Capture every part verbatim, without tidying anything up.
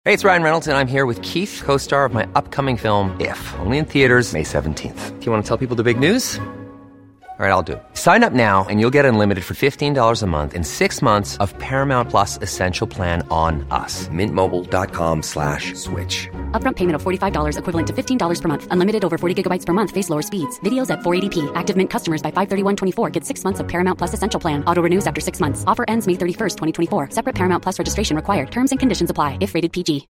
Hey, it's Ryan Reynolds, and I'm here with Keith, co-star of my upcoming film, If, only in theaters May seventeenth. Do you want to tell people the big news? All right, I'll do it. Sign up now and you'll get unlimited for fifteen dollars a month and six months of Paramount Plus Essential Plan on us. Mint Mobile dot com slash switch. Upfront payment of forty-five dollars equivalent to fifteen dollars per month. Unlimited over forty gigabytes per month. Face lower speeds. Videos at four eighty p. Active Mint customers by five thirty-one twenty-four get six months of Paramount Plus Essential Plan. Auto renews after six months. Offer ends May thirty-first, twenty twenty-four. Separate Paramount Plus registration required. Terms and conditions apply if rated پی جی.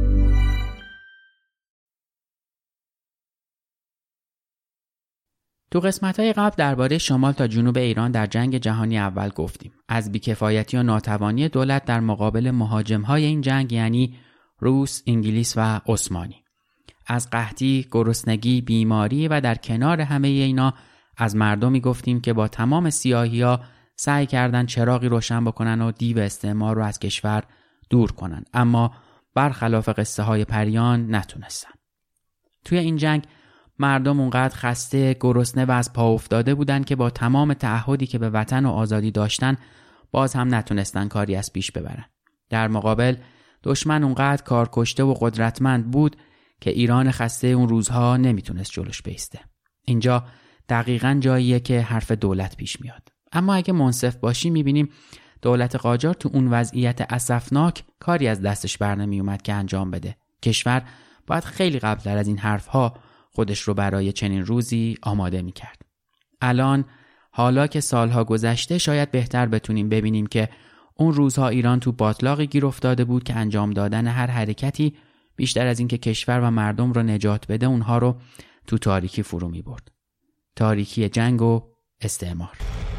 تو قسمت‌های قبل درباره شمال تا جنوب ایران در جنگ جهانی اول گفتیم. از بیکفایتی و ناتوانی دولت در مقابل مهاجم‌های این جنگ یعنی روس، انگلیس و عثمانی. از قحطی، گرسنگی، بیماری و در کنار همه اینا از مردمی گفتیم که با تمام سیاهی‌ها سعی کردن چراغی روشن بکنن و دیو استعمار رو از کشور دور کنن، اما برخلاف قصه های پریان نتونستن. توی این جنگ مردم اونقدر خسته، گرسنه و از پا افتاده بودن که با تمام تعهدی که به وطن و آزادی داشتن باز هم نتونستن کاری از پیش ببرن. در مقابل دشمن اونقدر کارکشته و قدرتمند بود که ایران خسته اون روزها نمیتونست جلوش بیسته. اینجا دقیقاً جاییه که حرف دولت پیش میاد. اما اگه منصف باشی میبینیم دولت قاجار تو اون وضعیت اسفناک کاری از دستش بر نمی اومد که انجام بده. کشور باید خیلی قبل‌تر از این حرفها خودش رو برای چنین روزی آماده میکرد. الان حالا که سالها گذشته شاید بهتر بتونیم ببینیم که اون روزها ایران تو باطلاقی گیر افتاده بود که انجام دادن هر حرکتی بیشتر از این که کشور و مردم رو نجات بده اونها رو تو تاریکی فرو می برد. تاریکی جنگ و استعمار.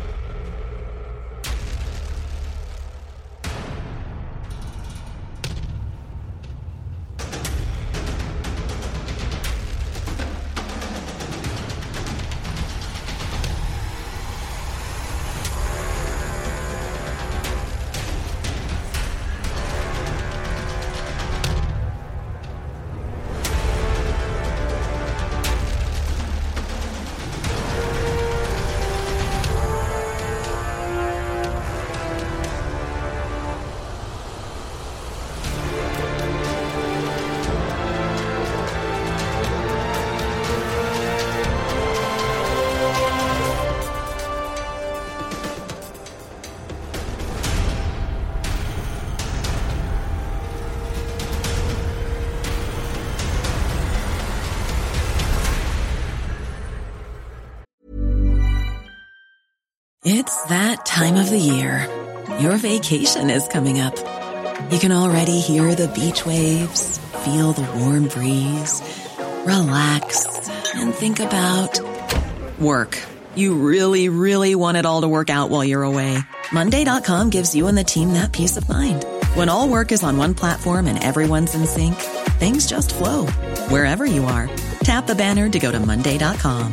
It's that time of the year. Your vacation is coming up. You can already hear the beach waves, feel the warm breeze, relax, and think about work. You really, really want it all to work out while you're away. Monday dot com gives you and the team that peace of mind. When all work is on one platform and everyone's in sync, things just flow. Wherever you are, tap the banner to go to Monday dot com.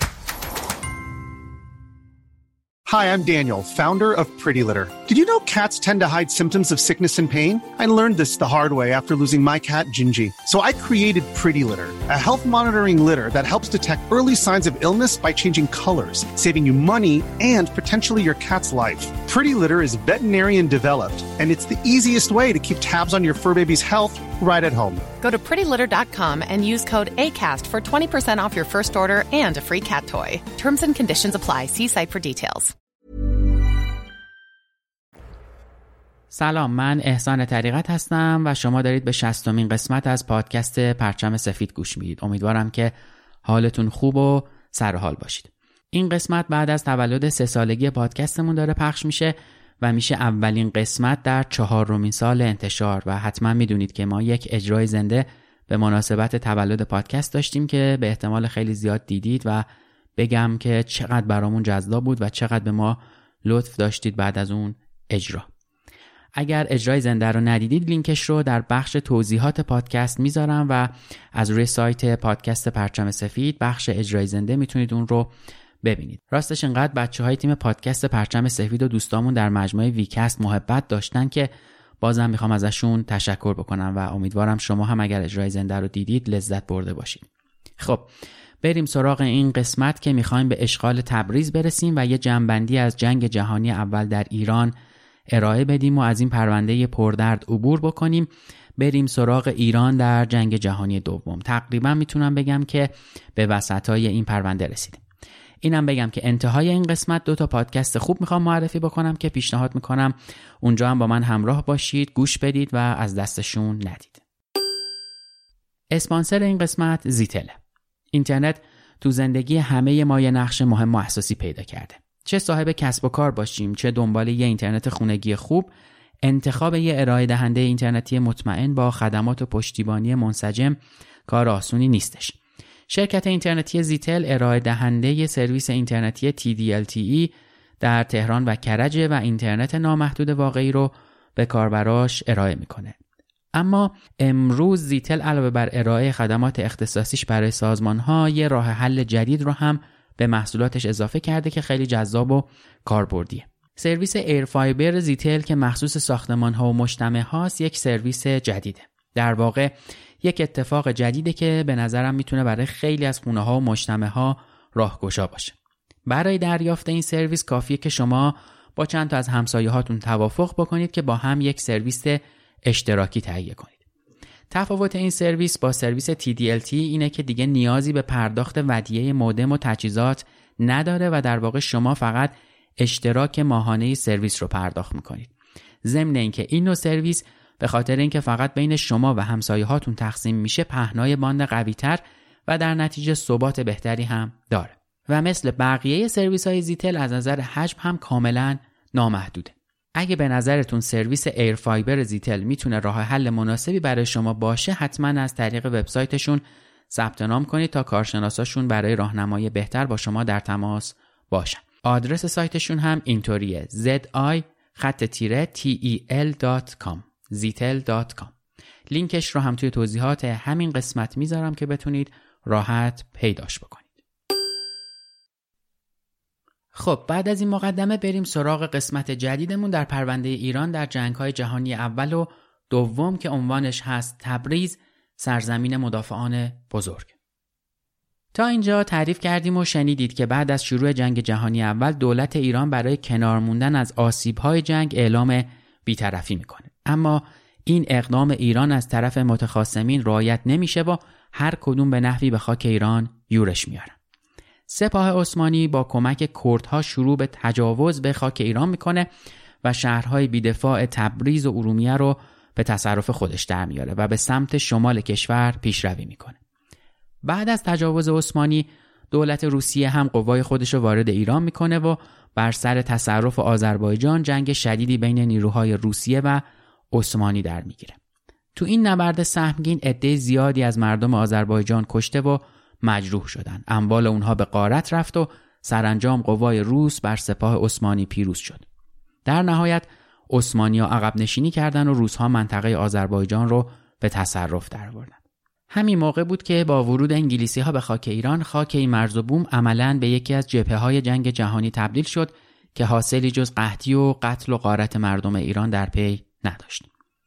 Hi, I'm Daniel, founder of Pretty Litter. Did you know cats tend to hide symptoms of sickness and pain? I learned this the hard way after losing my cat, Gingy. So I created Pretty Litter, a health monitoring litter that helps detect early signs of illness by changing colors, saving you money and potentially your cat's life. Pretty Litter is veterinarian developed, and it's the easiest way to keep tabs on your fur baby's health right at home. Go to pretty litter dot com and use code ACAST for twenty percent off your first order and a free cat toy. Terms and conditions apply. See site for details. سلام، من احسان طریقت هستم و شما دارید به شصتمین قسمت از پادکست پرچم سفید گوش میدید. امیدوارم که حالتون خوب و سرحال باشید. این قسمت بعد از تولد سه سالگی پادکستمون داره پخش میشه و میشه اولین قسمت در چهارمین سال انتشار و حتما میدونید که ما یک اجرای زنده به مناسبت تولد پادکست داشتیم که به احتمال خیلی زیاد دیدید و بگم که چقدر برامون جذاب بود و چقدر به ما لطف داشتید بعد از اون اجرا. اگر اجرای زنده رو ندیدید لینکش رو در بخش توضیحات پادکست میذارم و از روی سایت پادکست پرچم سفید بخش اجرای زنده میتونید اون رو ببینید. راستش اینقدر بچه‌های تیم پادکست پرچم سفید و دوستامون در مجموعه ویکست محبت داشتن که بازم میخوام ازشون تشکر بکنم و امیدوارم شما هم اگر اجرای زنده رو دیدید لذت برده باشید. خب بریم سراغ این قسمت که میخوایم به اشغال تبریز برسیم و یه جنبندی از جنگ جهانی اول در ایران ارائه بدیم و از این پرونده پردرد عبور بکنیم. بریم سراغ ایران در جنگ جهانی دوم. تقریبا میتونم بگم که به وسطای این پرونده رسیدیم. اینم بگم که انتهای این قسمت دو تا پادکست خوب میخوام معرفی بکنم که پیشنهاد میکنم اونجا هم با من همراه باشید، گوش بدید و از دستشون ندید. اسپانسر این قسمت زیتل. اینترنت تو زندگی همه ما یه نقش مهم و اساسی پیدا کرده. چه صاحب کسب و کار باشیم، چه دنبال یه اینترنت خونگی خوب، انتخاب یه ارائه دهنده اینترنتی مطمئن با خدمات و پشتیبانی منسجم کار آسونی نیستش. شرکت اینترنتی زیتل ارائه دهنده یه سرویس اینترنتی تی دی ال تی ای در تهران و کرج و اینترنت نامحدود واقعی رو به کاربراش ارائه میکنه. اما امروز زیتل علاوه بر ارائه خدمات اختصاصیش برای سازمان‌ها یه راه حل جدید رو هم به محصولاتش اضافه کرده که خیلی جذاب و کاربردیه. سرویس ایر فایبر زیتل که مخصوص ساختمان‌ها و مجتمع هاست یک سرویس جدیده. در واقع یک اتفاق جدیده که به نظرم میتونه برای خیلی از خونه‌ها و مجتمع‌ها راهگشا باشه. برای دریافت این سرویس کافیه که شما با چند تا از همسایه‌هاتون توافق بکنید که با هم یک سرویس اشتراکی تهیه کنید. تفاوت این سرویس با سرویس تی دی ال تی اینه که دیگه نیازی به پرداخت ودیعه مودم و تجهیزات نداره و در واقع شما فقط اشتراک ماهانه سرویس رو پرداخت میکنید. ضمن اینکه این نوع سرویس به خاطر اینکه فقط بین شما و همسایه‌هاتون تقسیم میشه پهنای باند قوی‌تر و در نتیجه ثبات بهتری هم داره و مثل بقیه سرویس‌های زیتل از نظر حجم هم کاملا نامحدوده. اگه به نظرتون سرویس ایر فایبر زیتل میتونه راه حل مناسبی برای شما باشه، حتما از طریق وبسایتشون ثبت نام کنید تا کارشناساشون برای راهنمایی بهتر با شما در تماس باشن. آدرس سایتشون هم اینطوریه: زد آی خط تیره تی ای ال دات کام زیتل دات کام. لینکش رو هم توی توضیحات همین قسمت میذارم که بتونید راحت پیداش بکنید. خب بعد از این مقدمه بریم سراغ قسمت جدیدمون در پرونده ایران در جنگ‌های جهانی اول و دوم که عنوانش هست تبریز، سرزمین مدافعان بزرگ. تا اینجا تعریف کردیم و شنیدید که بعد از شروع جنگ جهانی اول دولت ایران برای کنار موندن از آسیب‌های جنگ اعلام بی‌طرفی میکنه. اما این اقدام ایران از طرف متخاصمین رعایت نمیشه و هر کدوم به نحوی به خاک ایران یورش میارن. سپاه عثمانی با کمک کردها شروع به تجاوز به خاک ایران میکنه و شهرهای بی‌دفاع تبریز و ارومیه رو به تصرف خودش در میاره و به سمت شمال کشور پیشروی میکنه. بعد از تجاوز عثمانی دولت روسیه هم قوای خودش رو وارد ایران میکنه و بر سر تصرف آذربایجان جنگ شدیدی بین نیروهای روسیه و عثمانی در میگیره. تو این نبرد سهمگین عده زیادی از مردم آذربایجان کشته و مجروح شدن. اموال اونها به غارت رفت و سرانجام قوای روس بر سپاه عثمانی پیروز شد. در نهایت عثمانی‌ها عقب نشینی کردن و روس‌ها منطقه آذربایجان رو به تصرف درآوردن. همین موقع بود که با ورود انگلیسی‌ها به خاک ایران، خاک این مرز و بوم عملاً به یکی از جبهه‌های جنگ جهانی تبدیل شد که حاصلی جز قحطی و قتل و غارت مردم ایران در پی نداشت.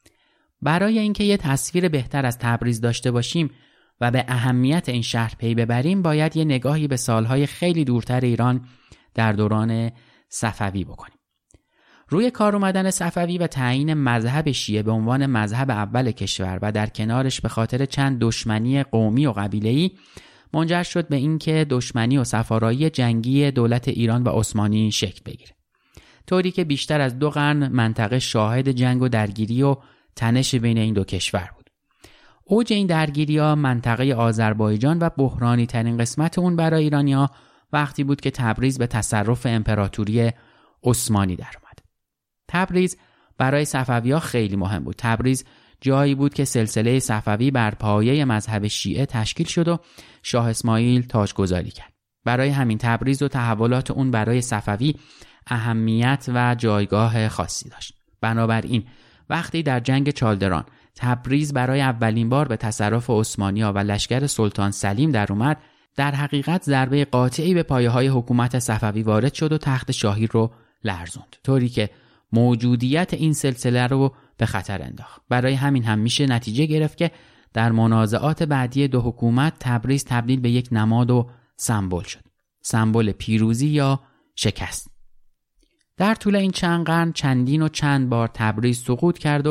برای اینکه یه تصویر بهتر از تبریز داشته باشیم و به اهمیت این شهر پی ببریم، باید یه نگاهی به سالهای خیلی دورتر ایران در دوران صفوی بکنیم. روی کار اومدن صفوی و تعیین مذهب شیعه به عنوان مذهب اول کشور و در کنارش به خاطر چند دشمنی قومی و قبیله‌ای منجر شد به اینکه دشمنی و سفارایی جنگی دولت ایران و عثمانی شکل بگیره، طوری که بیشتر از دو قرن منطقه شاهد جنگ و درگیری و تنش بین این دو کشور بود. اوج این درگیری‌ها منطقه آذربایجان و بحرانی ترین قسمت اون برای ایرانی‌ها وقتی بود که تبریز به تصرف امپراتوری عثمانی در اومد. تبریز برای صفوی‌ها خیلی مهم بود. تبریز جایی بود که سلسله صفوی بر پایه مذهب شیعه تشکیل شد و شاه اسماعیل تاجگذاری کرد. برای همین تبریز و تحولات اون برای صفوی اهمیت و جایگاه خاصی داشت. بنابراین وقتی در جنگ چالدران تبریز برای اولین بار به تصرف عثمانی‌ها و لشکر سلطان سلیم در اومد، در حقیقت ضربه قاطعی به پایه‌های حکومت صفوی وارد شد و تخت شاهی رو لرزوند، طوری که موجودیت این سلسله رو به خطر انداخت. برای همین هم میشه نتیجه گرفت که در منازعات بعدی دو حکومت تبریز تبدیل به یک نماد و سمبل شد، سمبل پیروزی یا شکست. در طول این چند قرن چندین و چند بار تبریز سقوط کرد و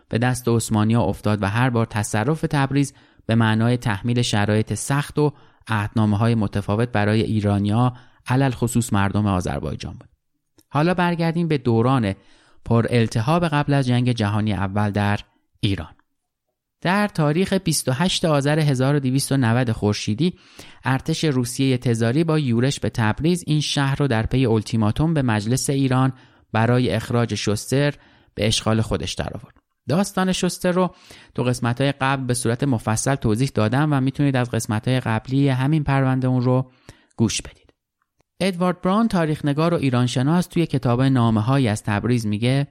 به دست عثمانی‌ها افتاد و هر بار تصرف تبریز به معنای تحمیل شرایط سخت و عهدنامه‌های متفاوت برای ایرانی‌ها علل خصوص مردم آذربایجان بود. حالا برگردیم به دوران پر التهاب قبل از جنگ جهانی اول در ایران. در تاریخ بیست و هشتم آذر هزار و دویست و نود خورشیدی ارتش روسیه تزاری با یورش به تبریز این شهر رو در پی التیماتوم به مجلس ایران برای اخراج شوستر به اشغال خودش درآورد. داستان شوستر رو تو قسمت‌های قبل به صورت مفصل توضیح دادم و میتونید از قسمت‌های قبلی همین پرونده اون رو گوش بدید. ادوارد براون تاریخ‌نگار و ایرانشناس توی کتاب نامه‌هایی از تبریز میگه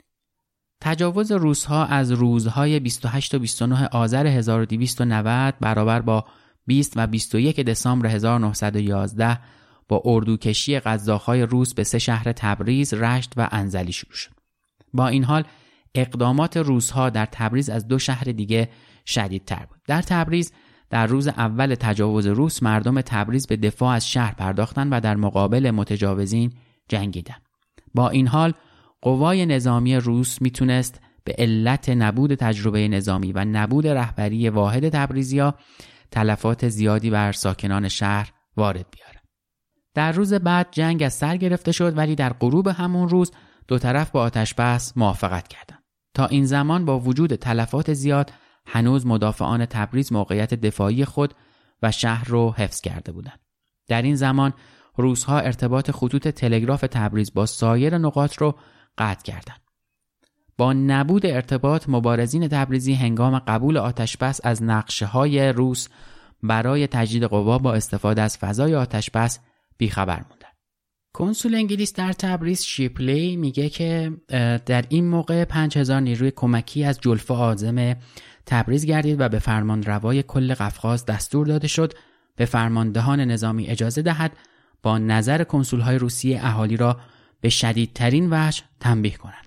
تجاوز روس‌ها از روزهای بیست و هشت و بیست و نه آذر هزار و دویست و نود برابر با بیست و بیست و یک دسامبر هزار و نهصد و یازده با اردوکشی قزاق‌های روس به سه شهر تبریز، رشت و انزلی شروع شد. با این حال اقدامات روس‌ها در تبریز از دو شهر دیگه شدیدتر بود. در تبریز در روز اول تجاوز روس مردم تبریز به دفاع از شهر پرداختند و در مقابل متجاوزین جنگیدند. با این حال قوای نظامی روس میتونست به علت نبود تجربه نظامی و نبود رهبری واحد تبریزیا تلفات زیادی بر ساکنان شهر وارد بیاره. در روز بعد جنگ از سر گرفته شد، ولی در غروب همون روز دو طرف با آتش بس موافقت کردند. تا این زمان با وجود تلفات زیاد هنوز مدافعان تبریز موقعیت دفاعی خود و شهر رو حفظ کرده بودند. در این زمان روس‌ها ارتباط خطوط تلگراف تبریز با سایر نقاط رو قطع کردند. با نبود ارتباط مبارزین تبریزی هنگام قبول آتشبس از نقشه‌های روس برای تجدید قوا با استفاده از فضای آتشبس بیخبر موندند. کنسول انگلیس در تبریز شیپلی میگه که در این موقع پنج هزار نیروی کمکی از جلفا عازم تبریز گردید و به فرمانروای کل قفقاز دستور داده شد به فرماندهان نظامی اجازه دهد با نظر کنسول‌های روسیه اهالی را به شدیدترین وجه تنبیه کنند.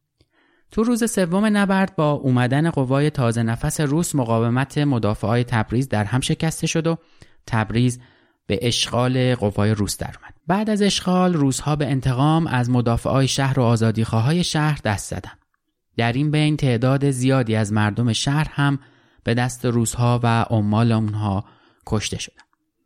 تو روز سوم نبرد با اومدن قوای تازه نفس روس مقاومت مدافعای تبریز در هم شکسته شد و تبریز به اشغال قوای روس در اومد. بعد از اشغال روس‌ها به انتقام از مدافعای شهر و آزادیخواهای شهر دست زدند. در این بین تعداد زیادی از مردم شهر هم به دست روس‌ها و عمال اونها کشته شدند.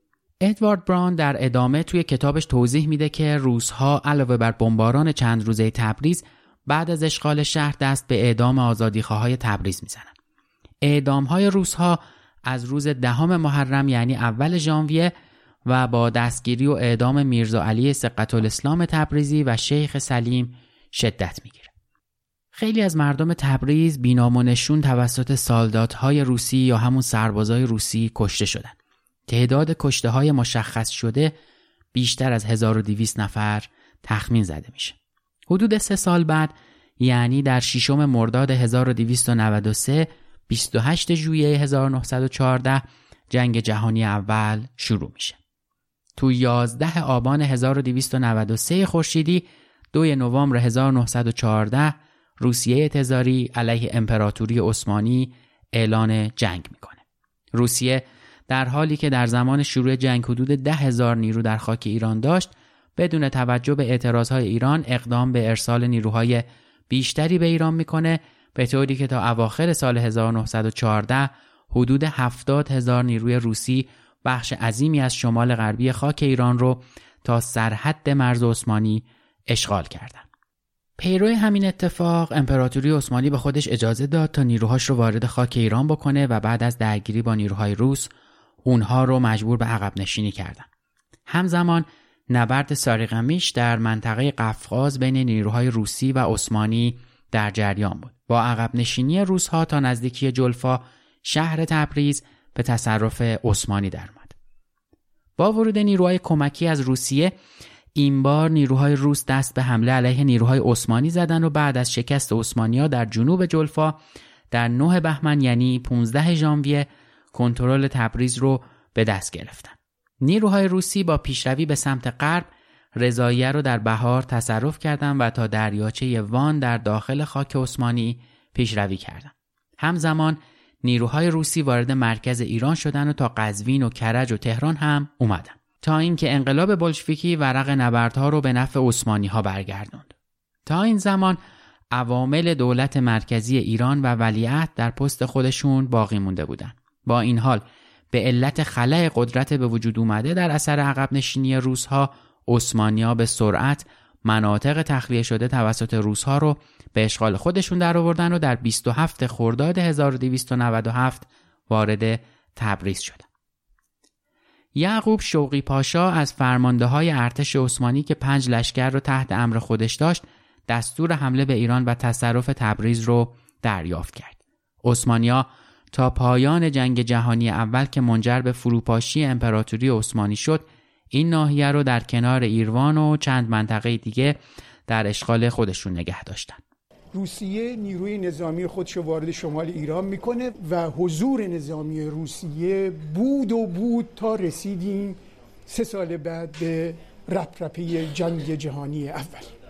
ادوارد براون در ادامه توی کتابش توضیح میده که روس‌ها علاوه بر بمباران چند روزه تبریز بعد از اشغال شهر دست به اعدام آزادیخواهای تبریز میزنند. اعدام‌های روس‌ها از روز دهم محرم یعنی اول ژانویه و با دستگیری و اعدام میرزا علی سقط‌الاسلام تبریزی و شیخ سلیم شدت میگیره. خیلی از مردم تبریز بی‌نام و نشون توسط سالدات‌های روسی یا همون سربازای روسی کشته شدند. تعداد کشته‌های مشخص شده بیشتر از هزار و دویست نفر تخمین زده میشه. حدود سه سال بعد یعنی در ششم مرداد هزار و دویست و نود و سه بیست و هشتم ژوئیه هزار و نهصد و چهارده جنگ جهانی اول شروع میشه. تو یازدهم آبان هزار و دویست و نود و سه خورشیدی دوم نوامبر هزار و نهصد و چهارده روسیه تزاری علیه امپراتوری عثمانی اعلان جنگ میکنه. روسیه در حالی که در زمان شروع جنگ حدود ده هزار نیرو در خاک ایران داشت، بدون توجه به اعتراضهای ایران اقدام به ارسال نیروهای بیشتری به ایران میکنه، به طوری که تا اواخر سال هزار و نهصد و چهارده حدود هفتاد هزار نیروی روسی بخش عظیمی از شمال غربی خاک ایران رو تا سرحد مرز عثمانی اشغال کردند. پیرو همین اتفاق امپراتوری عثمانی به خودش اجازه داد تا نیروهاش رو وارد خاک ایران بکنه و بعد از درگیری با نیروهای روس اونها رو مجبور به عقب نشینی کردن. همزمان نبرد ساریغمیش در منطقه قفقاز بین نیروهای روسی و عثمانی در جریان بود. با عقب نشینی روس‌ها تا نزدیکی جلفا شهر تبریز به تصرف عثمانی در اومد. با ورود نیروهای کمکی از روسیه این بار نیروهای روس دست به حمله علیه نیروهای عثمانی زدن و بعد از شکست عثمانی‌ها در جنوب جلفا در نهم بهمن یعنی پانزدهم ژانویه کنترل تبریز رو به دست گرفتن. نیروهای روسی با پیشروی به سمت غرب رضاییه رو در بهار تصرف کردند و تا دریاچه وان در داخل خاک عثمانی پیشروی کردند. همزمان نیروهای روسی وارد مرکز ایران شدند و تا قزوین و کرج و تهران هم اومدن، تا اینکه انقلاب بولشویکی ورق نبردها رو به نفع عثمانی‌ها برگردوند. تا این زمان عوامل دولت مرکزی ایران و ولیعهد در پست خودشون باقی مونده بودن. با این حال به علت خلأ قدرت به وجود اومده در اثر عقب نشینی روس‌ها، عثمانی‌ها به سرعت مناطق تخلیه شده توسط روس‌ها رو به اشغال خودشون در آوردن و در بیست و هفتم خرداد هزار و دویست و نود و هفت وارد تبریز شدن. یعقوب شوقی پاشا از فرمانده‌های ارتش عثمانی که پنج لشکر رو تحت امر خودش داشت، دستور حمله به ایران و تصرف تبریز رو دریافت کرد. عثمانی‌ها تا پایان جنگ جهانی اول که منجر به فروپاشی امپراتوری عثمانی شد، این ناحیه رو در کنار ایروان و چند منطقه دیگه در اشغال خودشون نگه داشتن. روسیه نیروی نظامی خودش رو وارد شمال ایران میکنه و حضور نظامی روسیه بود و بود تا رسیدیم سه سال بعد به رپرپه جنگ جهانی اول.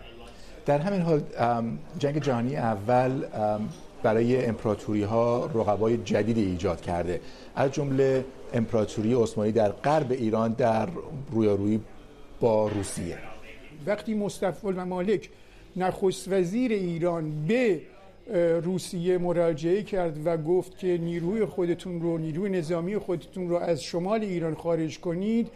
در همین حال جنگ جهانی اول برای امپراتوری ها رقبای جدیدی ایجاد کرده، از جمله امپراتوری عثمانی در غرب ایران در رویارویی با روسیه. وقتی مصطفی الممالک نخست وزیر ایران به روسیه مراجعه کرد و گفت که نیروی خودتون رو نیروی نظامی خودتون رو از شمال ایران خارج کنید،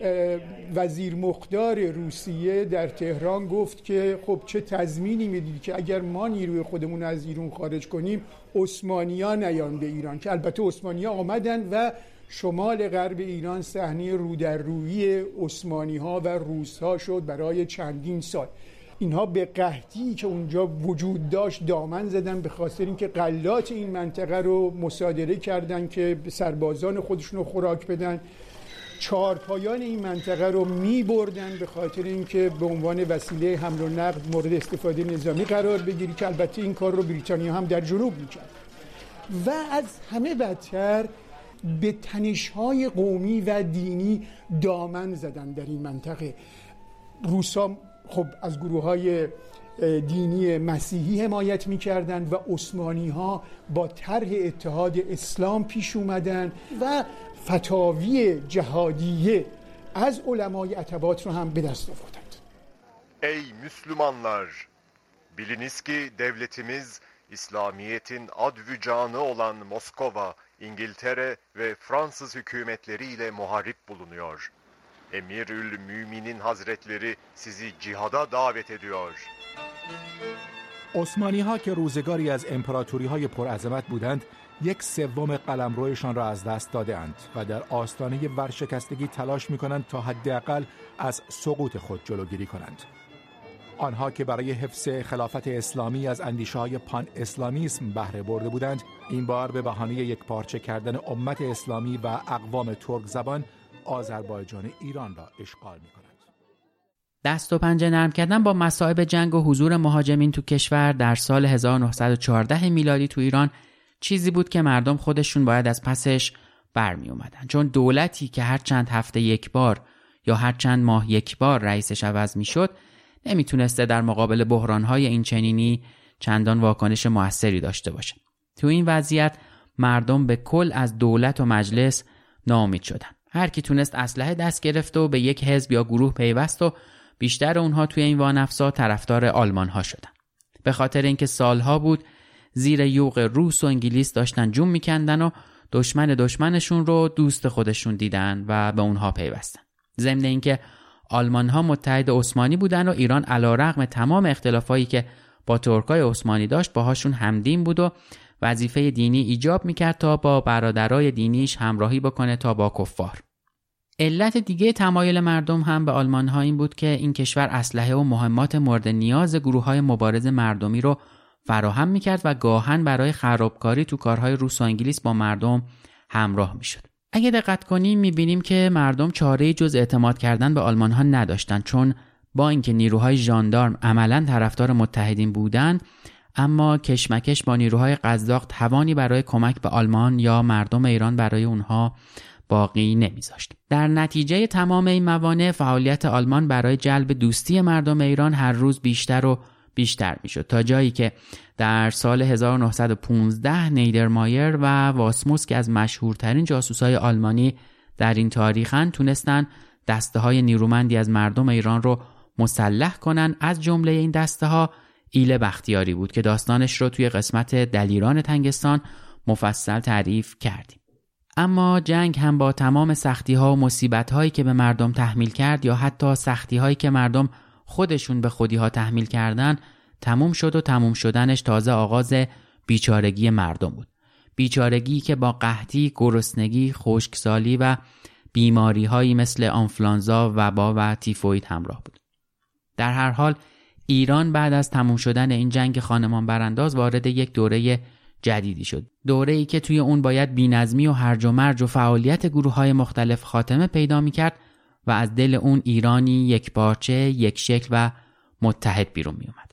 وزیر مقدار روسیه در تهران گفت که خب چه تضمینی میدید که اگر ما نیروی خودمون از ایران خارج کنیم عثمانی‌ها نیان به ایران، که البته عثمانی‌ها آمدن و شمال غرب ایران صحنه رو در رویی عثمانی‌ها و روس‌ها شد برای چندین سال. اینها به قحطی که اونجا وجود داشت دامن زدن، به خاطر اینکه غلات این منطقه رو مصادره کردن که سربازان خودشون رو خوراک بدن. چهارپایان این منطقه رو می بردن به خاطر اینکه به عنوان وسیله حمل و نقل مورد استفاده نظامی قرار بگیری، که البته این کار رو بریتانیا هم در جنوب میکرد. و از همه بدتر به تنش‌های قومی و دینی دامن زدن در این منطقه. روسا خب از گروه‌های دینی مسیحی حمایت می‌کردند و عثمانی‌ها با طرح اتحاد اسلام پیش اومدن و فتاوی جهادیه از علمای اتباط رو هم به دست آوردند. Ey Müslümanlar! Biliniz ki devletimiz İslamiyet'in advücanı olan Moskova, İngiltere ve Fransız hükümetleriyle muharip bulunuyor. Emirül Müminin Hazretleri sizi cihada davet ediyor. عثمانی ها که روزگاری از امپراتوری های پرعظمت بودند، یک سوم قلمرویشان را از دست داده‌اند و در آستانه ورشکستگی تلاش می‌کنند تا حداقل از سقوط خود جلوگیری کنند. آنها که برای حفظ خلافت اسلامی از اندیشه‌های پان اسلامیسم بهره برده بودند، این بار به بهانه یکپارچه کردن امت اسلامی و اقوام ترک زبان آذربایجان ایران را اشغال می‌کنند. دست و پنجه نرم کردن با مصائب جنگ و حضور مهاجمین تو کشور در سال هزار و نهصد و چهارده میلادی تو ایران چیزی بود که مردم خودشون باید از پسش برمی اومدن، چون دولتی که هر چند هفته یک بار یا هر چند ماه یک بار رئیسش عوض میشد نمیتونسته در مقابل بحرانهای این چنینی چندان واکنش موثری داشته باشه. تو این وضعیت مردم به کل از دولت و مجلس ناامید شدن. هر کی تونست اسلحه دست گرفت و به یک حزب یا گروه پیوست و بیشتر اونها توی این وانفسا طرفدار آلمان ها شدن. به خاطر اینکه سالها بود زیر یوغ روس و انگلیس داشتن جون میکندن و دشمن دشمنشون رو دوست خودشون دیدن و به اونها پیوستن. ضمن اینکه آلمان ها متحد عثمانی بودن و ایران علیرغم تمام اختلافایی که با ترکای عثمانی داشت باهاشون همدین بود و وظیفه دینی ایجاب میکرد تا با برادرای دینیش همراهی بکنه تا با کفار. علت دیگه تمایل مردم هم به آلمان ها این بود که این کشور اسلحه و مهمات مورد نیاز گروه های مبارز مردمی رو فراهم میکرد و گاهن برای خرابکاری تو کارهای روس و انگلیس با مردم همراه میشد. اگه دقت کنیم میبینیم که مردم چاره‌ای جز اعتماد کردن به آلمان ها نداشتن، چون با اینکه نیروهای ژاندارم عملاً طرفدار متحدین بودند، اما کشمکش با نیروهای قزاق توانی برای کمک به آلمان یا مردم ایران برای اونها باقی نمیذاشت. در نتیجه تمام این موانع فعالیت آلمان برای جلب دوستی مردم ایران هر روز بیشتر و بیشتر میشد، تا جایی که در سال هزار و نهصد و پانزده نیدرمایر و واسموس که از مشهورترین جاسوسای آلمانی در این تاریخن تونستن دسته های نیرومندی از مردم ایران رو مسلح کنن. از جمله این دسته ها ایل بختیاری بود که داستانش رو توی قسمت دلیران تنگستان مفصل تعریف کردیم. اما جنگ هم با تمام سختی‌ها و مصیبت‌هایی که به مردم تحمیل کرد یا حتی سختی‌هایی که مردم خودشون به خودی‌ها تحمیل کردن تموم شد و تموم شدنش تازه آغاز بیچارگی مردم بود. بیچارگی که با قحطی، گرسنگی، خشکسالی و بیماری‌هایی مثل آنفلانزا، وبا و تیفوید همراه بود. در هر حال ایران بعد از تموم شدن این جنگ خانمان برانداز وارد یک دوره جدیدی شد. دوره‌ای که توی اون باید بی‌نظمی و هرج و مرج و فعالیت گروه‌های مختلف خاتمه پیدا می‌کرد و از دل اون ایرانی یکپارچه، یک شکل و متحد بیرون می‌اومد.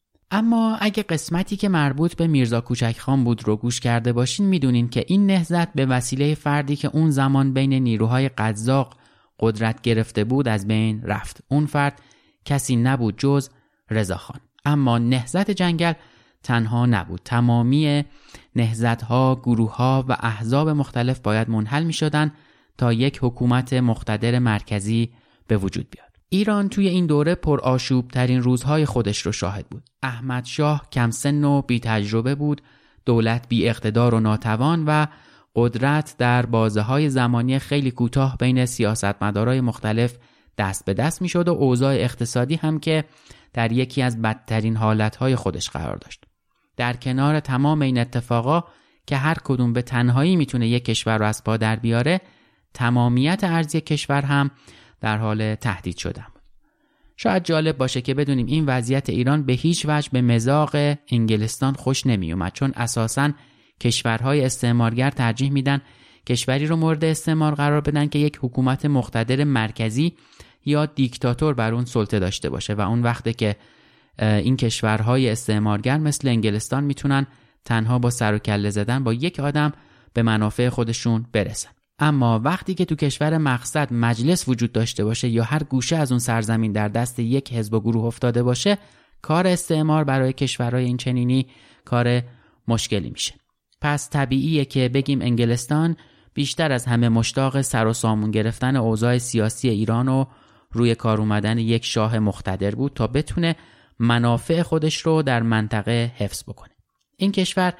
اما اگه قسمتی که مربوط به میرزا کوچک خان بود رو گوش کرده باشین میدونین که این نهضت به وسیله فردی که اون زمان بین نیروهای قزاق قدرت گرفته بود از بین رفت. اون فرد کسی نبود جز رضاخان. اما نهضت جنگل تنها نبود. تمامی نهضت‌ها، گروه‌ها و احزاب مختلف باید منحل می‌شدن تا یک حکومت مقتدر مرکزی به وجود بیاد. ایران توی این دوره پرآشوب ترین روزهای خودش رو شاهد بود. احمد شاه کم سن و بی تجربه بود، دولت بی اقتدار و ناتوان و قدرت در بازه‌های زمانی خیلی کوتاه بین سیاستمدارای مختلف دست به دست می‌شد و اوضاع اقتصادی هم که در یکی از بدترین حالتهای خودش قرار داشت. در کنار تمام این اتفاقا که هر کدوم به تنهایی میتونه یک کشور رو از پا در بیاره، تمامیت ارضی کشور هم در حال تهدید شدن بود. شاید جالب باشه که بدونیم این وضعیت ایران به هیچ وجه به مذاق انگلستان خوش نمی اومد، چون اساساً کشورهای استعمارگر ترجیح میدن کشوری رو مورد استعمار قرار بدن که یک حکومت مقتدر مرکزی یا دیکتاتور بر اون سلطه داشته باشه و اون وقته که این کشورهای استعمارگر مثل انگلستان میتونن تنها با سر و کله زدن با یک آدم به منافع خودشون برسن. اما وقتی که تو کشور مقصد مجلس وجود داشته باشه یا هر گوشه از اون سرزمین در دست یک حزب و گروه افتاده باشه، کار استعمار برای کشورهای این چنینی کار مشکلی میشه. پس طبیعیه که بگیم انگلستان بیشتر از همه مشتاق سر و سامون گرفتن اوضاع سیاسی ایران و روی کار اومدن یک شاه مقتدر بود تا بتونه منافع خودش رو در منطقه حفظ بکنه. این کشور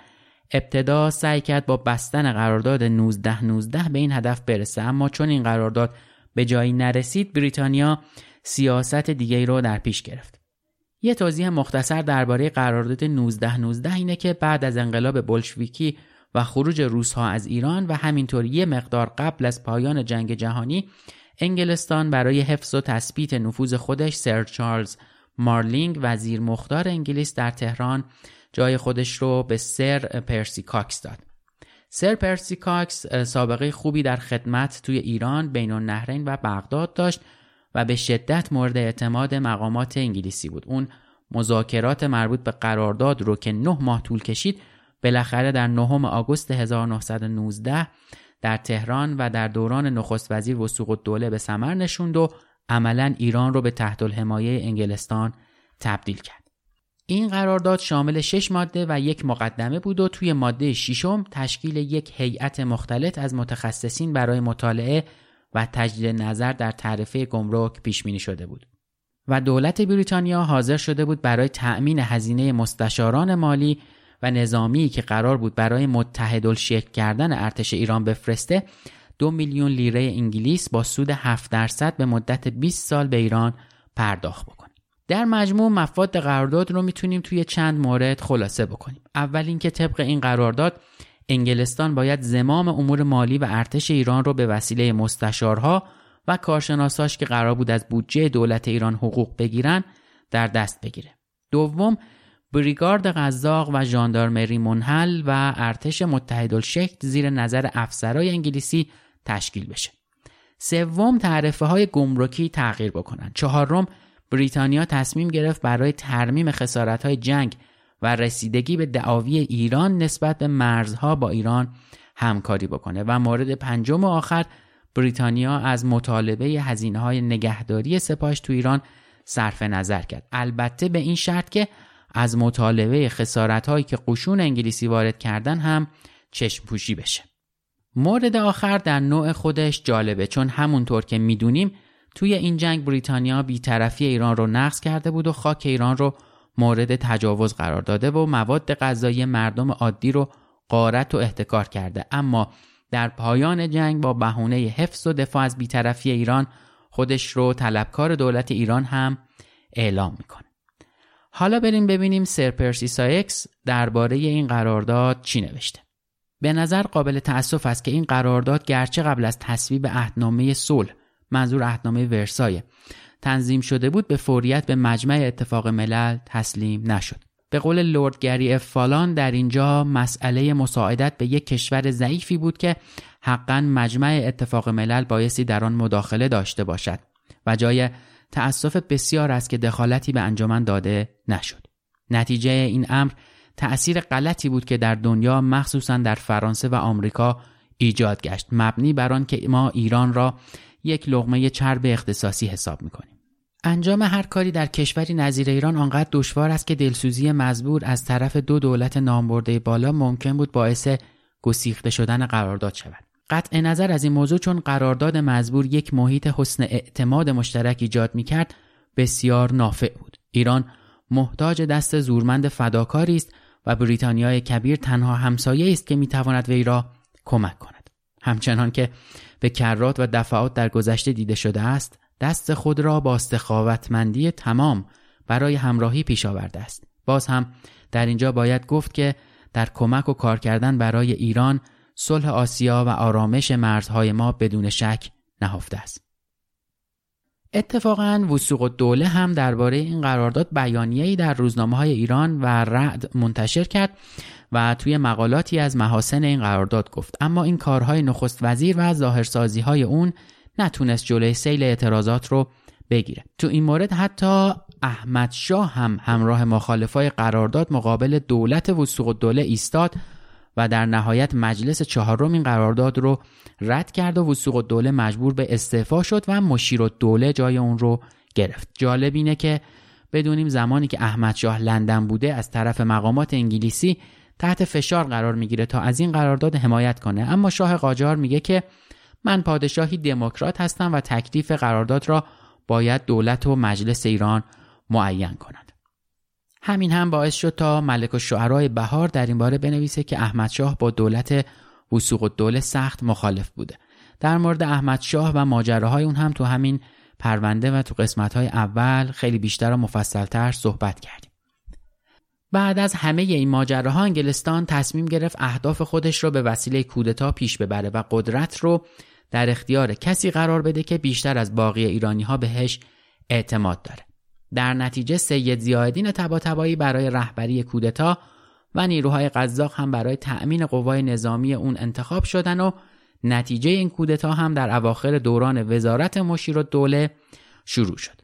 ابتدا سعی کرد با بستن قرارداد نوزده نوزده به این هدف برسه، اما چون این قرارداد به جایی نرسید، بریتانیا سیاست دیگه‌ای رو در پیش گرفت. یه توضیح مختصر درباره قرارداد نوزده نوزده اینه که بعد از انقلاب بولشویکی و خروج روس‌ها از ایران و همینطور یه مقدار قبل از پایان جنگ جهانی، انگلستان برای حفظ و تثبیت نفوذ خودش سر چارلز مارلینگ وزیر مختار انگلیس در تهران جای خودش رو به سر پرسی کاکس داد. سر پرسی کاکس سابقه خوبی در خدمت توی ایران، بین النهرین و بغداد داشت و به شدت مورد اعتماد مقامات انگلیسی بود. اون مذاکرات مربوط به قرارداد رو که نه ماه طول کشید، بالاخره در نهم آگوست هزار و نهصد و نوزده در تهران و در دوران نخست وزیر وثوق الدوله به ثمر نشوند و عملاً ایران رو به تحت الحمایه انگلستان تبدیل کرد. این قرارداد شامل شش ماده و یک مقدمه بود و توی ماده ششم تشکیل یک هیئت مختلط از متخصصین برای مطالعه و تجدید نظر در تعرفه گمرک پیش بینی شده بود و دولت بریتانیا حاضر شده بود برای تأمین هزینه مستشاران مالی و نظامی که قرار بود برای متحدالشکل کردن ارتش ایران بفرسته دو میلیون لیره انگلیس با سود هفت درصد به مدت بیست سال به ایران پرداخت بکنه. در مجموع مفاد قرارداد رو میتونیم توی چند مورد خلاصه بکنیم. اول اینکه طبق این قرارداد انگلستان باید زمام امور مالی و ارتش ایران رو به وسیله مستشارها و کارشناساش که قرار بود از بودجه دولت ایران حقوق بگیرن در دست بگیره. دوم، بریگارد قزاق و ژاندارمری منحل و ارتش متحدالشکل زیر نظر افسرهای انگلیسی تشکیل بشه. سوم، تعرفه های گمرکی تغییر بکنن. چهارم، بریتانیا تصمیم گرفت برای ترمیم خسارت‌های جنگ و رسیدگی به دعاوی ایران نسبت به مرزها با ایران همکاری بکنه و مورد پنجم و آخر، بریتانیا از مطالبه هزینه‌های نگهداری سپاهش تو ایران صرف نظر کرد. البته به این شرط که از مطالبه خسارت‌هایی که قشون انگلیسی وارد کردن هم چشم پوشی بشه. مورد آخر در نوع خودش جالبه، چون همونطور که میدونیم توی این جنگ بریتانیا بی‌طرفی ایران رو نقض کرده بود و خاک ایران رو مورد تجاوز قرار داده و مواد غذایی مردم عادی رو غارت و احتکار کرده، اما در پایان جنگ با بهونه حفظ و دفاع از بی‌طرفی ایران خودش رو طلبکار دولت ایران هم اعلام میکنه. حالا بریم ببینیم سر پرسی سایکس درباره این قرارداد چی نوشته. به نظر قابل تأسف است که این قرارداد گرچه قبل از تصویب عهدنامه صلح، منظور عهدنامه ورسای، تنظیم شده بود، به فوریت به مجمع اتفاق ملل تسلیم نشد. به قول لورد گری اف فالان در اینجا مسئله مساعدت به یک کشور ضعیفی بود که حقاً مجمع اتفاق ملل بایستی در آن مداخله داشته باشد و جای تأسف بسیار است که دخالتی به انجمن داده نشد. نتیجه این امر تأثیر غلطی بود که در دنیا مخصوصاً در فرانسه و آمریکا ایجاد گشت، مبنی بر آن که ما ایران را یک لقمه چرب اختصاصی حساب می‌کنیم. انجام هر کاری در کشوری نظیر ایران آنقدر دشوار است که دلسوزی مزبور از طرف دو دولت نامبرده بالا ممکن بود باعث گسیخته شدن قرارداد شود. قطع نظر از این موضوع، چون قرارداد مزبور یک محیط حسن اعتماد مشترک ایجاد می‌کرد، بسیار نافع بود. ایران محتاج دست زورمند فداکاری است و بریتانیای کبیر تنها همسایه است که می‌تواند وی را کمک کند. همچنان که به کرات و دفعات در گذشته دیده شده است، دست خود را با سخاوتمندی تمام برای همراهی پیش آورده است. باز هم در اینجا باید گفت که در کمک و کار کردن برای ایران، صلح آسیا و آرامش مرزهای ما بدون شک نهفته است. اتفاقاً وثوق الدوله هم درباره این قرارداد بیانیه‌ای در روزنامه‌های ایران و رعد منتشر کرد و توی مقالاتی از محاسن این قرارداد گفت، اما این کارهای نخست وزیر و ظاهرسازی‌های اون نتونست جلوی سیل اعتراضات رو بگیره. تو این مورد حتی احمد شاه هم همراه مخالفای قرارداد مقابل دولت وثوق الدوله ایستاد و در نهایت مجلس چهارم این قرارداد رو رد کرد و وثوق الدوله مجبور به استعفا شد و مشیرالدوله جای اون رو گرفت. جالب اینه که بدونیم زمانی که احمد شاه لندن بوده از طرف مقامات انگلیسی تحت فشار قرار میگیره تا از این قرارداد حمایت کنه، اما شاه قاجار میگه که من پادشاهی دموکرات هستم و تکلیف قرارداد را باید دولت و مجلس ایران معین کنند. همین هم باعث شد تا ملک الشعراء بهار در این باره بنویسه که احمد شاه با دولت وثوق الدوله سخت مخالف بوده. در مورد احمد شاه و ماجراهای اون هم تو همین پرونده و تو قسمت‌های اول خیلی بیشتر و مفصل‌تر صحبت کردیم. بعد از همه این ماجراها انگلستان تصمیم گرفت اهداف خودش رو به وسیله کودتا پیش ببره و قدرت رو در اختیار کسی قرار بده که بیشتر از باقی ایرانی‌ها بهش اعتماد داره. در نتیجه سید ضیاءالدین طباطبایی برای رهبری کودتا و نیروهای قزاق هم برای تأمین قوای نظامی اون انتخاب شدن و نتیجه این کودتا هم در اواخر دوران وزارت مشیرالدوله شروع شد.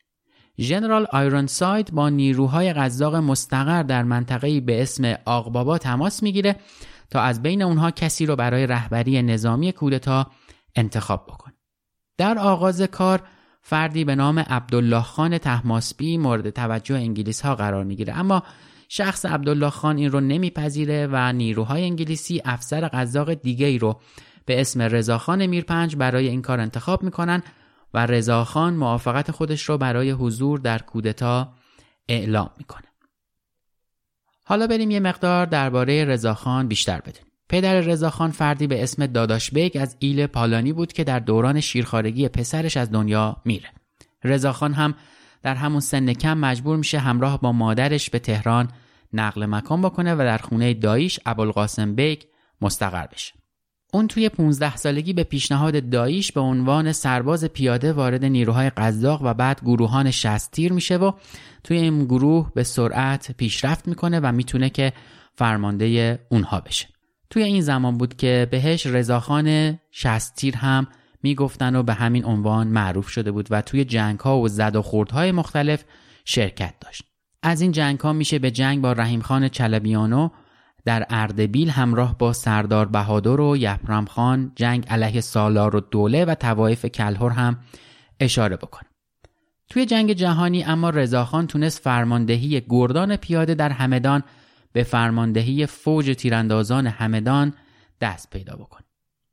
ژنرال آیرونساید با نیروهای قزاق مستقر در منطقه‌ای به اسم آقبابا تماس میگیره تا از بین اونها کسی رو برای رهبری نظامی کودتا انتخاب بکنه. در آغاز کار فردی به نام عبدالله خان طهماسبی مورد توجه انگلیس ها قرار میگیره، اما شخص عبدالله خان این رو نمیپذیره و نیروهای انگلیسی افسر قزاق دیگه ای رو به اسم رضاخان میرپنج برای این کار انتخاب میکنن و رضاخان موافقت خودش رو برای حضور در کودتا اعلام میکنه. حالا بریم یه مقدار درباره رضاخان بیشتر بدونیم. پدر رضاخان فردی به اسم داداش بیگ از ایل پالانی بود که در دوران شیرخوارگی پسرش از دنیا میره. رضاخان هم در همون سن کم مجبور میشه همراه با مادرش به تهران نقل مکان بکنه و در خونه داییش ابوالقاسم بیگ مستقر بشه. اون توی پانزده سالگی به پیشنهاد داییش به عنوان سرباز پیاده وارد نیروهای قزاق و بعد گروهان شصت تیر میشه و توی این گروه به سرعت پیشرفت میکنه و میتونه که فرمانده اونها بشه. توی این زمان بود که بهش رضاخان شصت تیر هم میگفتن و به همین عنوان معروف شده بود و توی جنگ‌ها و زد و خوردهای مختلف شرکت داشت. از این جنگ‌ها میشه به جنگ با رحیم خان چلبیانو در اردبیل همراه با سردار بهادر و یپرم خان جنگ علیه سالار و دوله و طوایف کلهر هم اشاره بکنه. توی جنگ جهانی اما رضاخان تونست فرماندهی گردان پیاده در همدان به فرماندهی فوج تیراندازان همدان دست پیدا بکنه.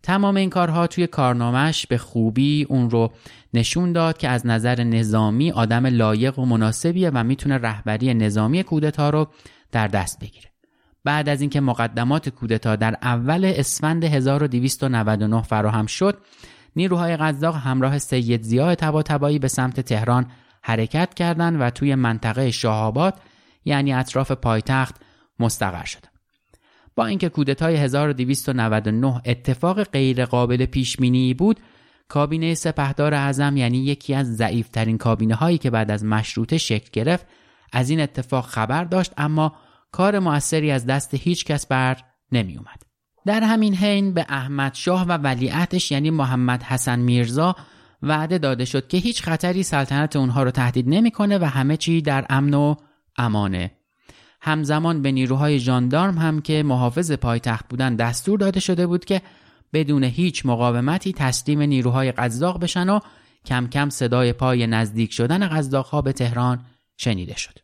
تمام این کارها توی کارنامه‌اش به خوبی اون رو نشون داد که از نظر نظامی آدم لایق و مناسبیه و میتونه رهبری نظامی کودتا رو در دست بگیره. بعد از اینکه مقدمات کودتا در اول اسفند هزار و دویست و نود و نه فراهم شد، نیروهای قزاق همراه سید ضیاء طباطبایی به سمت تهران حرکت کردند و توی منطقه شاهآباد یعنی اطراف پایتخت مستقر شدند. با اینکه کودتای هزار و دویست و نود و نه اتفاق غیر قابل پیش بینی بود، کابینه سپهدار اعظم یعنی یکی از ضعیف‌ترین کابینه هایی که بعد از مشروطه شکل گرفت از این اتفاق خبر داشت، اما کار مؤثری از دست هیچ کس بر نمی اومد. در همین حین به احمد شاه و ولیعهدش یعنی محمد حسن میرزا وعده داده شد که هیچ خطری سلطنت اونها رو تهدید نمی‌کنه و همه چی در امن و امانه. همزمان به نیروهای ژاندارم هم که محافظ پایتخت بودن دستور داده شده بود که بدون هیچ مقاومتی تسلیم نیروهای قزاق بشن و کم کم صدای پای نزدیک شدن قزاق‌ها به تهران شنیده شد.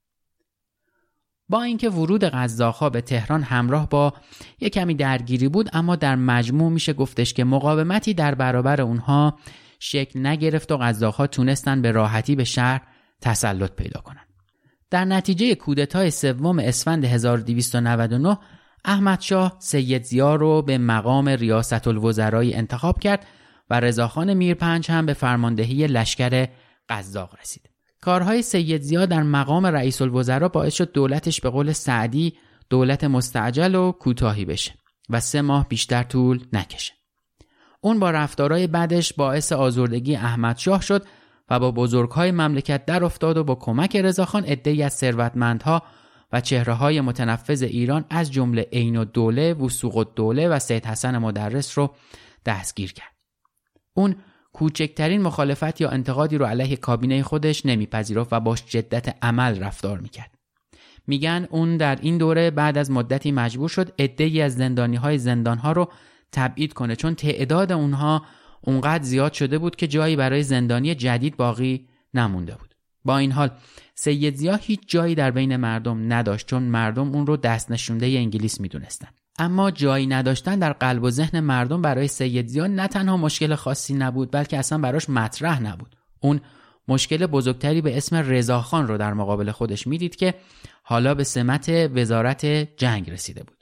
با اینکه ورود قزاق‌ها به تهران همراه با یک کمی درگیری بود، اما در مجموع میشه گفتش که مقاومتی در برابر اونها شکل نگرفت و قزاق‌ها تونستن به راحتی به شهر تسلط پیدا کنن. در نتیجه کودتای سوم اسفند هزار و دویست و نود و نه احمد شاه سید ضیاء رو به مقام ریاست الوزرایی انتخاب کرد و رضاخان میرپنج هم به فرماندهی لشکر قزاق رسید. کارهای سید ضیاء در مقام رئیس الوزراء باعث شد دولتش به قول سعدی دولت مستعجل و کوتاهی بشه و سه ماه بیشتر طول نکشه. اون با رفتارهای بعدش باعث آزردگی احمد شاه شد و با بزرگهای مملکت در افتاد و با کمک رضاخان عده‌ای از ثروتمندها و چهره‌های متنفذ ایران از جمله عین الدوله، وثوق الدوله و سید حسن مدرس رو دستگیر کرد. اون کوچکترین مخالفت یا انتقادی رو علیه کابینه خودش نمیپذیرفت و باش جدت عمل رفتار میکرد. میگن اون در این دوره بعد از مدتی مجبور شد عده‌ای از زندانی‌های زندان‌ها رو تبعید کنه، چون تعداد اونها اونقدر زیاد شده بود که جایی برای زندانی جدید باقی نمونده بود. با این حال سید ضیاء هیچ جایی در بین مردم نداشت، چون مردم اون رو دست نشونده انگلیس میدونستن. اما جایی نداشتن در قلب و ذهن مردم برای سید ضیاء نه تنها مشکل خاصی نبود، بلکه اصلا براش مطرح نبود. اون مشکل بزرگتری به اسم رضاخان رو در مقابل خودش میدید که حالا به سمت وزارت جنگ رسیده بود.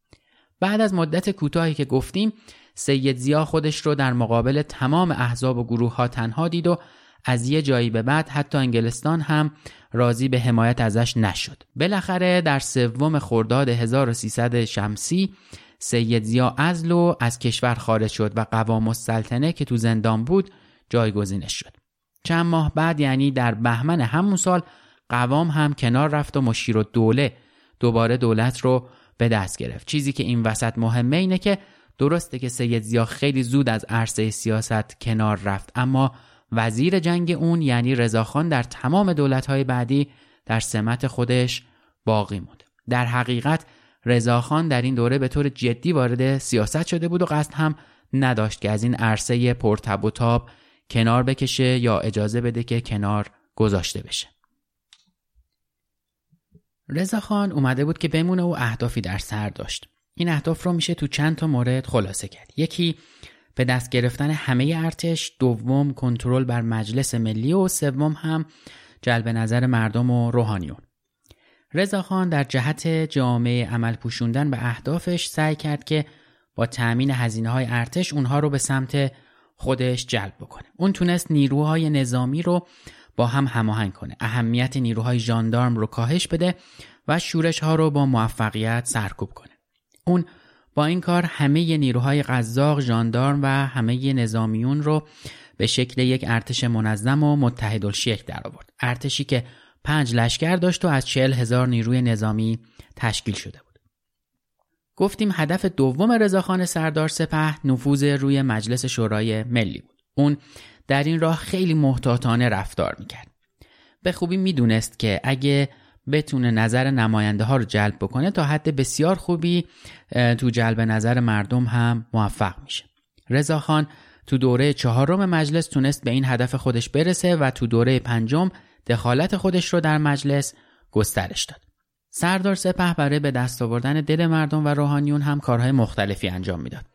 بعد از مدت کوتاهی که گفتیم، سید ضیاء خودش رو در مقابل تمام احزاب و گروه ها تنها دید و از یه جایی به بعد حتی انگلستان هم راضی به حمایت ازش نشد. بالاخره در سوم خرداد هزار و سیصد شمسی سید ضیاء عزل و از کشور خارج شد و قوام السلطنه که تو زندان بود جایگزینش شد. چند ماه بعد یعنی در بهمن همون سال قوام هم کنار رفت و مشیرالدوله دوباره دولت رو به دست گرفت. چیزی که این وسط مهمه اینه که درسته که سید ضیاء خیلی زود از عرصه سیاست کنار رفت، اما وزیر جنگ اون یعنی رضاخان در تمام دولت‌های بعدی در سمت خودش باقی موند. در حقیقت رضاخان در این دوره به طور جدی وارد سیاست شده بود و قصد هم نداشت که از این عرصه پرتب و تاب کنار بکشه یا اجازه بده که کنار گذاشته بشه. رضاخان اومده بود که بمونه و اهدافی در سر داشت. این اهداف رو میشه تو چند تا مورد خلاصه کرد. یکی به دست گرفتن همه ارتش، دوم کنترل بر مجلس ملی و سوم هم جلب نظر مردم و روحانیون. رضاخان در جهت جامعه عمل پوشوندن به اهدافش سعی کرد که با تأمین هزینه‌های ارتش اونها رو به سمت خودش جلب بکنه. اون تونست نیروهای نظامی رو با هم هماهنگ کنه، اهمیت نیروهای ژاندارم رو کاهش بده و شورش‌ها رو با موفقیت سرکوب کنه. اون با این کار همه نیروهای قزاق، ژاندارم و همه نظامیون رو به شکل یک ارتش منظم و متحدالشکل در آورد. ارتشی که پنج لشکر داشت و از چهل هزار نیروی نظامی تشکیل شده بود. گفتیم هدف دوم رضاخان سردار سپه نفوذ روی مجلس شورای ملی بود. اون در این راه خیلی محتاطانه رفتار میکرد. به خوبی میدونست که اگه بتونه نظر نماینده ها رو جلب بکنه تا حد بسیار خوبی تو جلب نظر مردم هم موفق میشه. رضاخان تو دوره چهارم مجلس تونست به این هدف خودش برسه و تو دوره پنجم دخالت خودش رو در مجلس گسترش داد. سردار سپه برای به دست آوردن دل مردم و روحانیون هم کارهای مختلفی انجام میداد.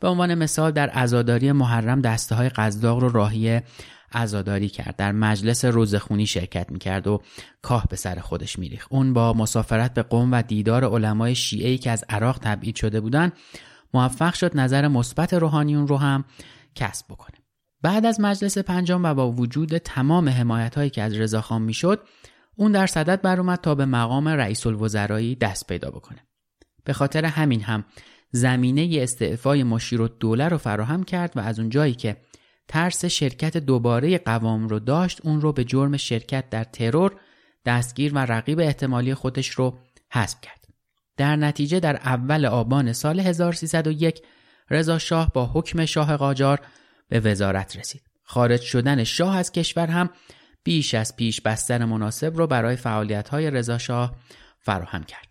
به عنوان مثال در عزاداری محرم دسته‌های قزاق رو راهی عزاداری کرد. در مجلس روزخونی شرکت میکرد و کاه به سر خودش میریخت. اون با مسافرت به قم و دیدار علمای شیعه‌ای که از عراق تبعید شده بودن موفق شد نظر مثبت روحانیون رو هم کسب بکنه. بعد از مجلس پنجم و با وجود تمام حمایت‌هایی که از رضاخان میشد، اون در صدد بر اومد تا به مقام رئیس الوزرایی دست پیدا بکنه. به خاطر همین هم زمینه استعفای مشیرالدوله رو فراهم کرد و از اون جایی که ترس شرکت دوباره قوام رو داشت، اون رو به جرم شرکت در ترور دستگیر و رقیب احتمالی خودش رو حذف کرد. در نتیجه در اول آبان سال هزار و سیصد و یک رضا شاه با حکم شاه قاجار به وزارت رسید. خارج شدن شاه از کشور هم بیش از پیش بستر مناسب رو برای فعالیت‌های رضا شاه فراهم کرد.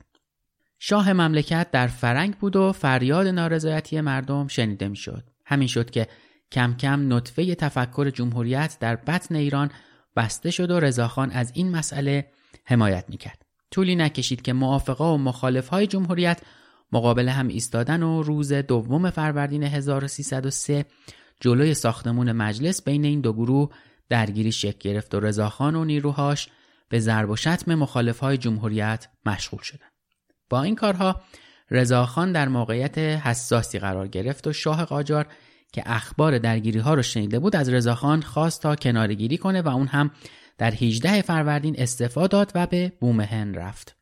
شاه مملکت در فرنگ بود و فریاد نارضایتی مردم شنیده می‌شد. همین شد که کم کم نطفه تفکر جمهوریت در بطن ایران بسته شد و رضاخان از این مسئله حمایت می‌کرد. طولی نکشید که موافقا و مخالف‌های جمهوریت مقابل هم ایستادن و روز دوم فروردین هزار و سیصد و سه جلوی ساختمان مجلس بین این دو گروه درگیری شکل گرفت و رضاخان و نیروهاش به ضرب و شتم مخالفهای جمهوریت مشغول شدند. با این کارها رضاخان در موقعیت حساسی قرار گرفت و شاه قاجار که اخبار درگیری‌ها رو شنیده بود از رضاخان خواست تا کناره‌گیری کنه و اون هم در هجدهم فروردین استعفا داد و به بومهن رفت.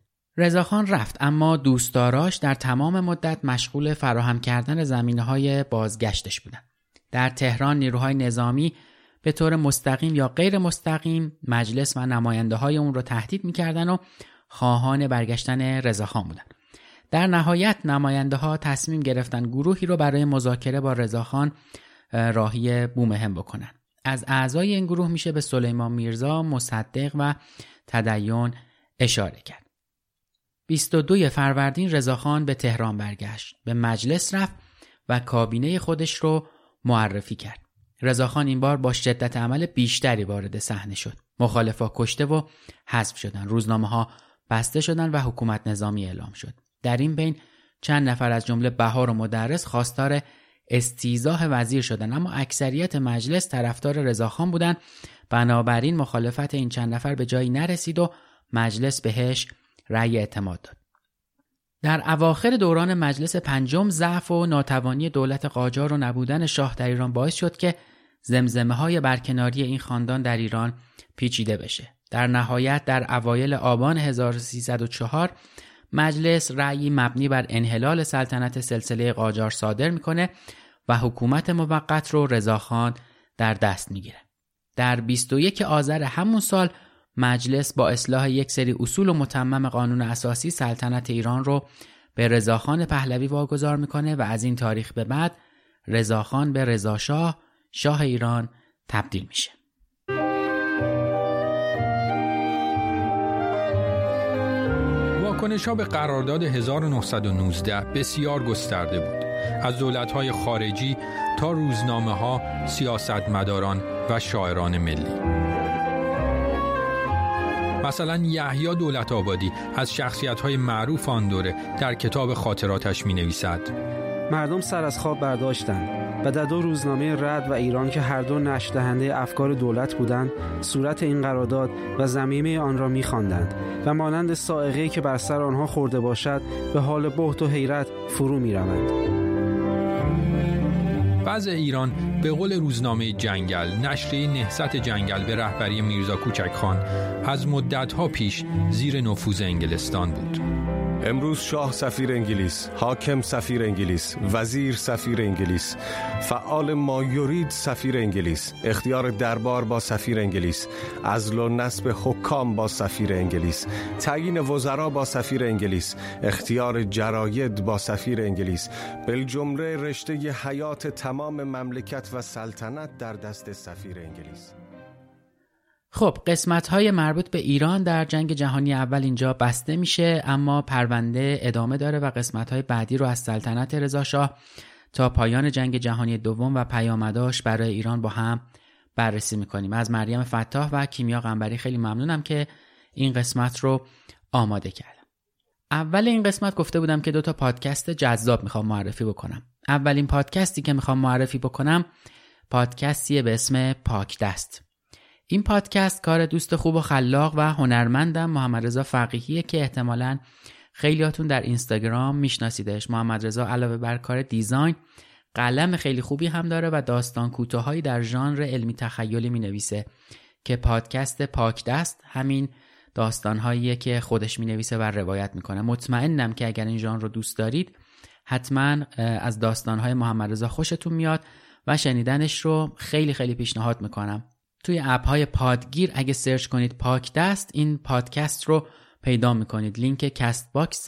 رضاخان رفت اما دوستداراش در تمام مدت مشغول فراهم کردن زمینه‌های بازگشتش بودند. در تهران نیروهای نظامی به طور مستقیم یا غیر مستقیم مجلس و نماینده‌های اون رو تهدید می‌کردن و خواهان برگشتن رضاخان بودند. در نهایت نماینده‌ها تصمیم گرفتن گروهی رو برای مذاکره با رضاخان راهی بومهن بکنن. از اعضای این گروه میشه به سلیمان میرزا، مصدق و تدین اشاره کرد. بیست و دوم فروردین رضاخان به تهران برگشت، به مجلس رفت و کابینه خودش رو معرفی کرد. رضاخان این بار با شدت عمل بیشتری وارد صحنه شد. مخالفا کشته و حذف شدن، روزنامه‌ها بسته شدن و حکومت نظامی اعلام شد. در این بین چند نفر از جمله بهار و مدرس خواستار استیضاح وزیر شدند، اما اکثریت مجلس طرفدار رضاخان بودند. بنابراین مخالفت این چند نفر به جایی نرسید و مجلس بهش رأی اعتماد داد. در اواخر دوران مجلس پنجم ضعف و ناتوانی دولت قاجار و نبودن شاه در ایران باعث شد که زمزمه‌های برکناری این خاندان در ایران پیچیده بشه. در نهایت در اوایل آبان هزار و سیصد و چهار مجلس رأیی مبنی بر انحلال سلطنت سلسله قاجار صادر میکنه و حکومت موقت رو رضاخان در دست میگیره. در بیست و یکم آذر همون سال مجلس با اصلاح یک سری اصول و متمم قانون اساسی سلطنت ایران رو به رضاخان پهلوی واگذار میکنه و از این تاریخ به بعد رضاخان به رضاشاه شاه ایران تبدیل میشه. واکنش‌ها به قرارداد هزار و نهصد و نوزده بسیار گسترده بود. از دولت‌های خارجی تا روزنامه‌ها، سیاستمداران و شاعران ملی. مثلا یحیی دولت‌آبادی از شخصیت‌های معروف آن دوره در کتاب خاطراتش می‌نویسد: مردم سر از خواب برداشتند و در دو روزنامه رد و ایران که هر دو نشر دهنده افکار دولت بودند صورت این قرارداد و ضمیمه آن را می‌خواندند و مانند صاعقه‌ای که بر سر آنها خورده باشد به حال بهت و حیرت فرو می‌روند. وضع ایران به قول روزنامه جنگل، نشریه نهضت جنگل به رهبری میرزا کوچکخان، از مدت‌ها پیش زیر نفوذ انگلستان بود. امروز شاه سفیر انگلیس، حاکم سفیر انگلیس، وزیر سفیر انگلیس، فعال ما یرید سفیر انگلیس، اختیار دربار با سفیر انگلیس، عزل و نصب حکام با سفیر انگلیس، تعیین وزرا با سفیر انگلیس، اختیار جراید با سفیر انگلیس، بالجمله رشته حیات تمام مملکت و سلطنت در دست سفیر انگلیس. خب قسمت‌های مربوط به ایران در جنگ جهانی اول اینجا بسته میشه، اما پرونده ادامه داره و قسمت‌های بعدی رو از سلطنت رضاشاه تا پایان جنگ جهانی دوم و پیامداش برای ایران با هم بررسی میکنیم. از مریم فتاح و کیمیا قنبری خیلی ممنونم که این قسمت رو آماده کردم. اول این قسمت گفته بودم که دو تا پادکست جذاب میخوام معرفی بکنم. اولین پادکستی که میخوام معرفی بکنم پادکستیه به اسم پاکدست. این پادکست کار دوست خوب و خلاق و هنرمندم محمد رضا فقیهیه که احتمالاً خیلیاتون در اینستاگرام میشناسیدش. محمد رضا علاوه بر کار دیزاین قلم خیلی خوبی هم داره و داستان کوتاهایی در ژانر علمی تخیلی مینویسه که پادکست پاکدست همین داستانهاییه که خودش مینویسه و روایت میکنه. مطمئنم که اگر این ژانر رو دوست دارید حتما از داستانهای محمد رضا خوشتون میاد و شنیدنش رو خیلی خیلی پیشنهاد میکنم. توی اپ‌های پادگیر اگه سرچ کنید پاکدست این پادکست رو پیدا میکنید. لینک کست باکس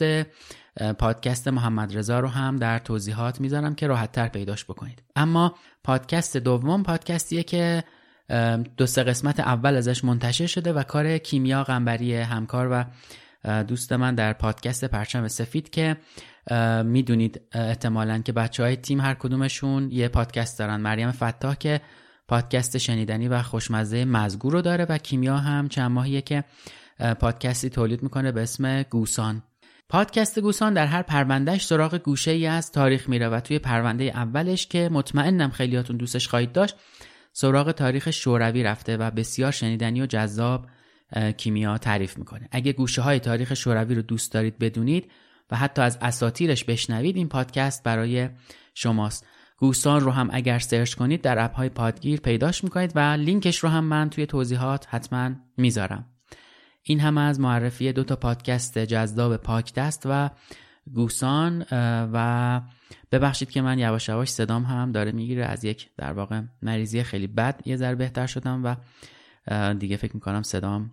پادکست محمد رضا رو هم در توضیحات میذارم که راحت تر پیداش بکنید. اما پادکست دوم پادکستیه که دو سه قسمت اول ازش منتشر شده و کار کیمیا قنبری همکار و دوست من در پادکست پرچم سفید که میدونید احتمالاً که بچهای تیم هر کدومشون یه پادکست دارن. مریم فتاح که پادکست شنیدنی و خوشمزه مزگو رو داره و کیمیا هم چند ماهیه که پادکستی تولید میکنه به اسم گوسان. پادکست گوسان در هر پروندهش سراغ گوشه‌ای از تاریخ میره و توی پرونده اولش که مطمئنم خیلیاتون دوستش خواهید داشت سراغ تاریخ شوروی رفته و بسیار شنیدنی و جذاب کیمیا تعریف میکنه. اگه گوشه‌های تاریخ شوروی رو دوست دارید بدونید و حتی از اساطیرش بشنوید این پادکست برای شماست. گوسان رو هم اگر سرچ کنید در اپ‌های پادگیر پیداش میکنید و لینکش رو هم من توی توضیحات حتما میذارم. این هم از معرفی دو تا پادکست جذاب پاکدست و گوسان. و ببخشید که من یواش یواش صدام هم داره میگیره، از یک در واقع مریضی خیلی بد یه ذره بهتر شدم و دیگه فکر میکنم صدام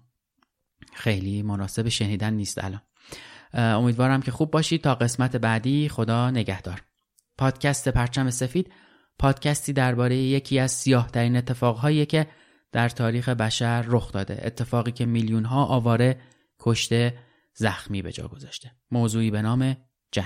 خیلی مناسب شنیدن نیست الان. امیدوارم که خوب باشید. تا قسمت بعدی خدا نگهدار. پادکست پرچم سفید پادکستی درباره یکی از سیاه ترین اتفاقهایی که در تاریخ بشر رخ داده، اتفاقی که میلیون ها آواره کشته، زخمی به جا گذاشته. موضوعی به نام جنگ.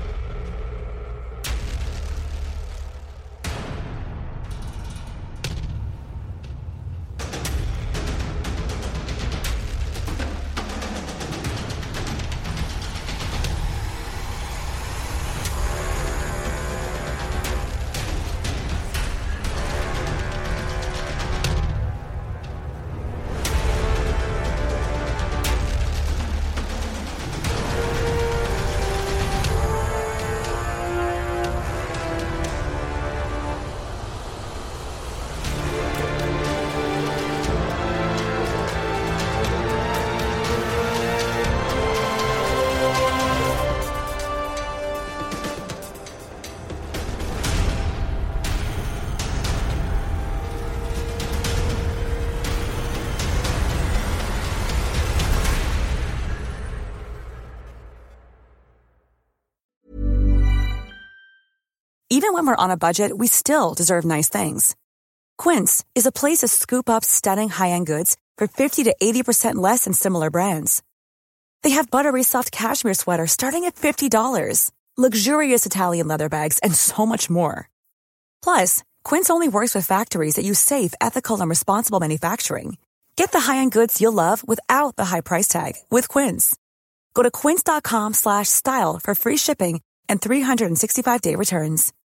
Even when we're on a budget, we still deserve nice things. Quince is a place to scoop up stunning high-end goods for fifty to eighty percent less than similar brands. They have buttery soft cashmere sweaters starting at fifty dollars, luxurious Italian leather bags, and so much more. Plus, Quince only works with factories that use safe, ethical, and responsible manufacturing. Get the high-end goods you'll love without the high price tag with Quince. Go to quince dot com slash style for free shipping and three hundred sixty-five day returns.